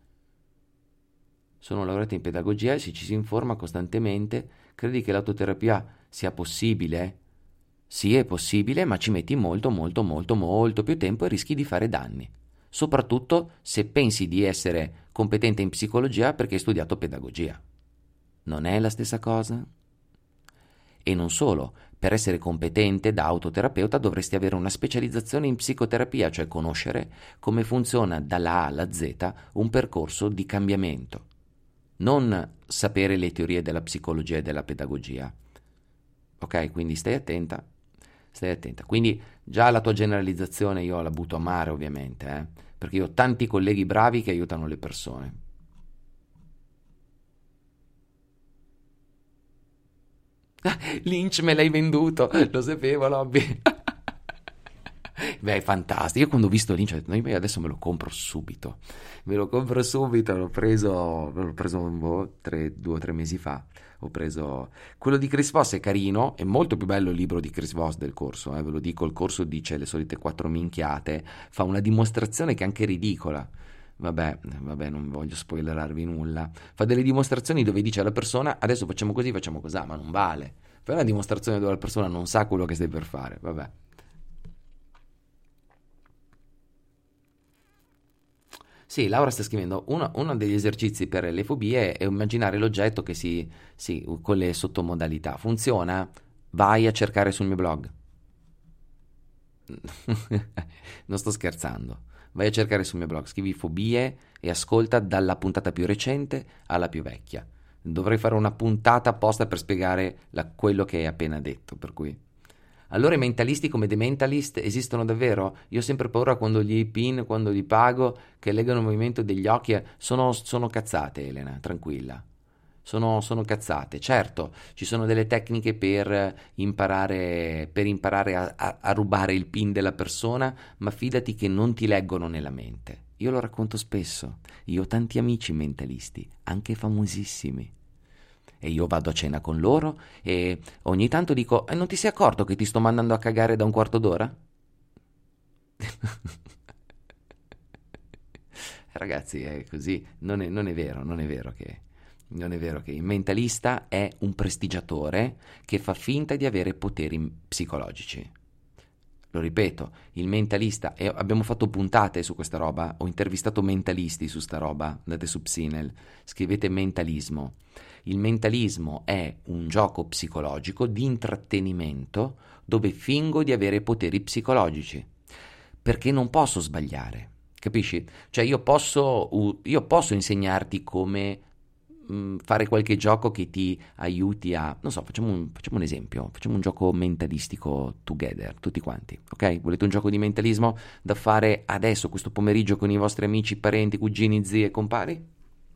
Sono laureata in pedagogia e se ci si informa costantemente, credi che l'autoterapia sia possibile? Sì, è possibile, ma ci metti molto, molto, molto, molto più tempo e rischi di fare danni. Soprattutto se pensi di essere competente in psicologia perché hai studiato pedagogia. Non è la stessa cosa? E non solo, per essere competente da autoterapeuta dovresti avere una specializzazione in psicoterapia, cioè conoscere come funziona dalla A alla Z un percorso di cambiamento. Non sapere le teorie della psicologia e della pedagogia. Ok, quindi stai attenta, stai attenta. Quindi già la tua generalizzazione io la butto a mare ovviamente, eh? Perché io ho tanti colleghi bravi che aiutano le persone. Lynch me l'hai venduto, lo sapevo, Lobby. Beh, è fantastico. Io quando ho visto Lynch ho detto, no, io adesso me lo compro subito. Me lo compro subito, l'ho preso, l'ho preso boh, tre, due o tre mesi fa. Ho preso quello di Chris Voss, è carino, è molto più bello il libro di Chris Voss del corso, eh, ve lo dico, il corso dice le solite quattro minchiate, fa una dimostrazione che è anche ridicola. Vabbè, vabbè, non voglio spoilerarvi nulla. Fa delle dimostrazioni dove dice alla persona adesso facciamo così, facciamo così, ma non vale. Fa una dimostrazione dove la persona non sa quello che stai per fare, vabbè. Sì, Laura sta scrivendo, uno, uno degli esercizi per le fobie è immaginare l'oggetto che si, si, con le sottomodalità. Funziona? Vai a cercare sul mio blog. Non sto scherzando. Vai a cercare sul mio blog, scrivi fobie e ascolta dalla puntata più recente alla più vecchia. Dovrei fare una puntata apposta per spiegare la- quello che hai appena detto, per cui... Allora i mentalisti come The Mentalist esistono davvero? Io ho sempre paura quando gli pin, quando li pago, che leggono il movimento degli occhi. e- Sono, sono cazzate, Elena, tranquilla. Sono, sono cazzate. Certo, ci sono delle tecniche per imparare, per imparare a, a- a rubare il pin della persona, ma fidati che non ti leggono nella mente. Io lo racconto spesso. Io ho tanti amici mentalisti, anche famosissimi. E io vado a cena con loro e ogni tanto dico, e non ti sei accorto che ti sto mandando a cagare da un quarto d'ora? Ragazzi, è così, non è, non è vero, non è vero che... Non è vero che il mentalista è un prestigiatore che fa finta di avere poteri psicologici. Lo ripeto, il mentalista, e abbiamo fatto puntate su questa roba, ho intervistato mentalisti su sta roba, andate su Psinel, scrivete mentalismo. Il mentalismo è un gioco psicologico di intrattenimento dove fingo di avere poteri psicologici, perché non posso sbagliare, capisci? Cioè io posso, io posso insegnarti come fare qualche gioco che ti aiuti a, non so, facciamo un, facciamo un esempio, facciamo un gioco mentalistico together, tutti quanti, ok? Volete un gioco di mentalismo da fare adesso, questo pomeriggio con i vostri amici, parenti, cugini, zii e compari?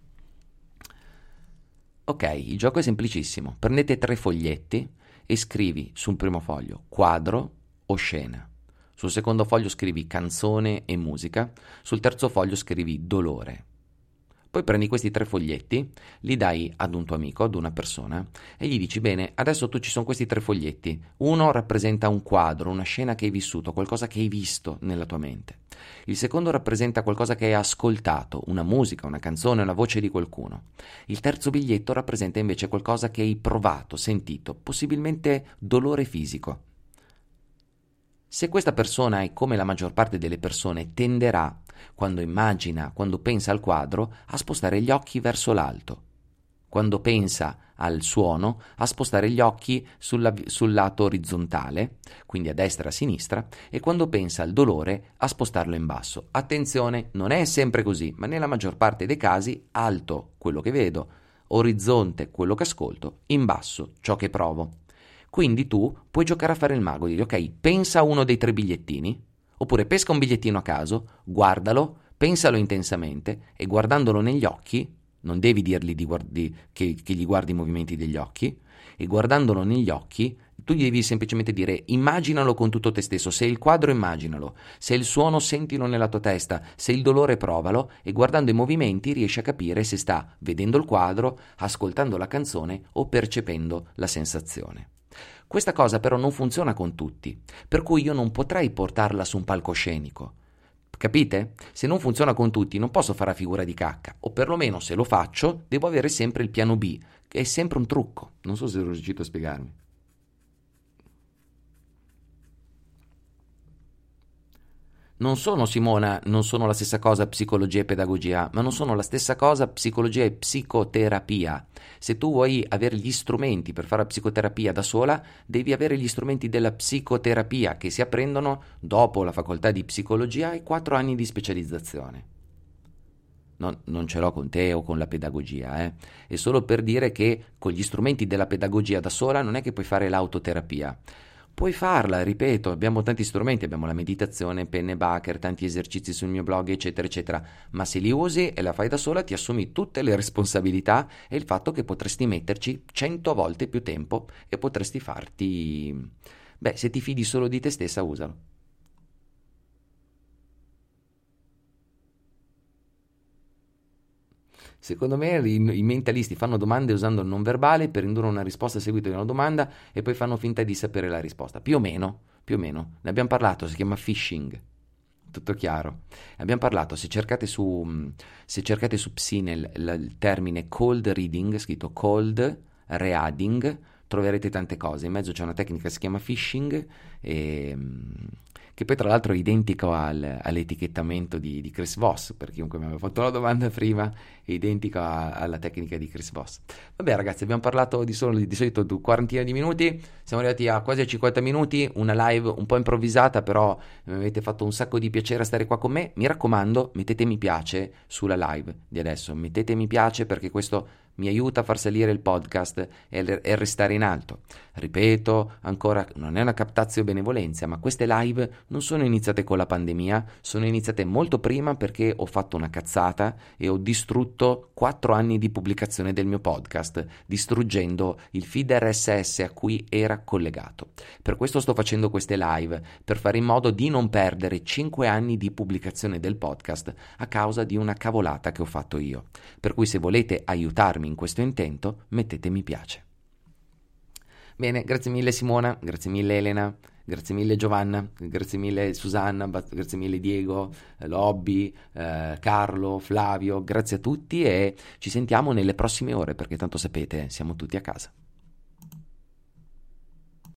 Ok, il gioco è semplicissimo, prendete tre foglietti e scrivi sul primo foglio quadro o scena, sul secondo foglio scrivi canzone e musica, sul terzo foglio scrivi dolore. Poi prendi questi tre foglietti, li dai ad un tuo amico, ad una persona, e gli dici, bene, adesso tu ci sono questi tre foglietti. Uno rappresenta un quadro, una scena che hai vissuto, qualcosa che hai visto nella tua mente. Il secondo rappresenta qualcosa che hai ascoltato, una musica, una canzone, una voce di qualcuno. Il terzo biglietto rappresenta invece qualcosa che hai provato, sentito, possibilmente dolore fisico. Se questa persona è come la maggior parte delle persone, tenderà, quando immagina, quando pensa al quadro, a spostare gli occhi verso l'alto. Quando pensa al suono, a spostare gli occhi sulla, sul lato orizzontale, quindi a destra e a sinistra, e quando pensa al dolore, a spostarlo in basso. Attenzione, non è sempre così, ma nella maggior parte dei casi, alto, quello che vedo, orizzonte, quello che ascolto, in basso, ciò che provo. Quindi tu puoi giocare a fare il mago, dire ok, pensa a uno dei tre bigliettini, oppure pesca un bigliettino a caso, guardalo, pensalo intensamente e guardandolo negli occhi, non devi dirgli di guardi, che, che gli guardi i movimenti degli occhi, e guardandolo negli occhi tu gli devi semplicemente dire immaginalo con tutto te stesso, se il quadro immaginalo, se il suono sentilo nella tua testa, se il dolore provalo, e guardando i movimenti riesci a capire se sta vedendo il quadro, ascoltando la canzone o percependo la sensazione. Questa cosa però non funziona con tutti, per cui io non potrei portarla su un palcoscenico. Capite? Se non funziona con tutti non posso fare la figura di cacca, o perlomeno se lo faccio devo avere sempre il piano B, che è sempre un trucco. Non so se sono riuscito a spiegarmi. Non sono, Simona, non sono la stessa cosa psicologia e pedagogia, ma non sono la stessa cosa psicologia e psicoterapia. Se tu vuoi avere gli strumenti per fare la psicoterapia da sola, devi avere gli strumenti della psicoterapia che si apprendono dopo la facoltà di psicologia e quattro anni di specializzazione. Non, non ce l'ho con te o con la pedagogia, eh. È solo per dire che con gli strumenti della pedagogia da sola non è che puoi fare l'autoterapia. Puoi farla, ripeto, abbiamo tanti strumenti, abbiamo la meditazione, Pennebaker, tanti esercizi sul mio blog, eccetera, eccetera, ma se li usi e la fai da sola ti assumi tutte le responsabilità e il fatto che potresti metterci cento volte più tempo e potresti farti... Beh, se ti fidi solo di te stessa, usalo. Secondo me i, i mentalisti fanno domande usando il non verbale per indurre una risposta seguita di una domanda e poi fanno finta di sapere la risposta. Più o meno, più o meno. Ne abbiamo parlato, si chiama phishing. Tutto chiaro. Abbiamo parlato, se cercate su, se cercate su Psinel il, il termine cold reading, scritto cold reading, troverete tante cose. In mezzo c'è una tecnica che si chiama phishing e... che poi tra l'altro è identico al, all'etichettamento di, di Chris Voss, per chiunque mi aveva fatto la domanda prima, è identico a, alla tecnica di Chris Voss. Vabbè ragazzi, abbiamo parlato di, solo, di solito di quarantina di minuti, siamo arrivati a quasi a cinquanta minuti, una live un po' improvvisata, però mi avete fatto un sacco di piacere a stare qua con me. Mi raccomando, mettete mi piace sulla live di adesso, mettete mi piace perché questo mi aiuta a far salire il podcast e a restare in alto. Ripeto ancora, non è una captatio benevolenza, ma queste live non sono iniziate con la pandemia, sono iniziate molto prima perché ho fatto una cazzata e ho distrutto quattro anni di pubblicazione del mio podcast, distruggendo il feed R S S a cui era collegato. Per questo sto facendo queste live, per fare in modo di non perdere cinque anni di pubblicazione del podcast a causa di una cavolata che ho fatto io. Per cui se volete aiutarmi in questo intento, mettete mi piace. Bene, grazie mille Simona, grazie mille Elena, Grazie mille Giovanna, grazie mille Susanna, grazie mille Diego, Lobby, eh, Carlo, Flavio, grazie a tutti e ci sentiamo nelle prossime ore perché tanto sapete siamo tutti a casa.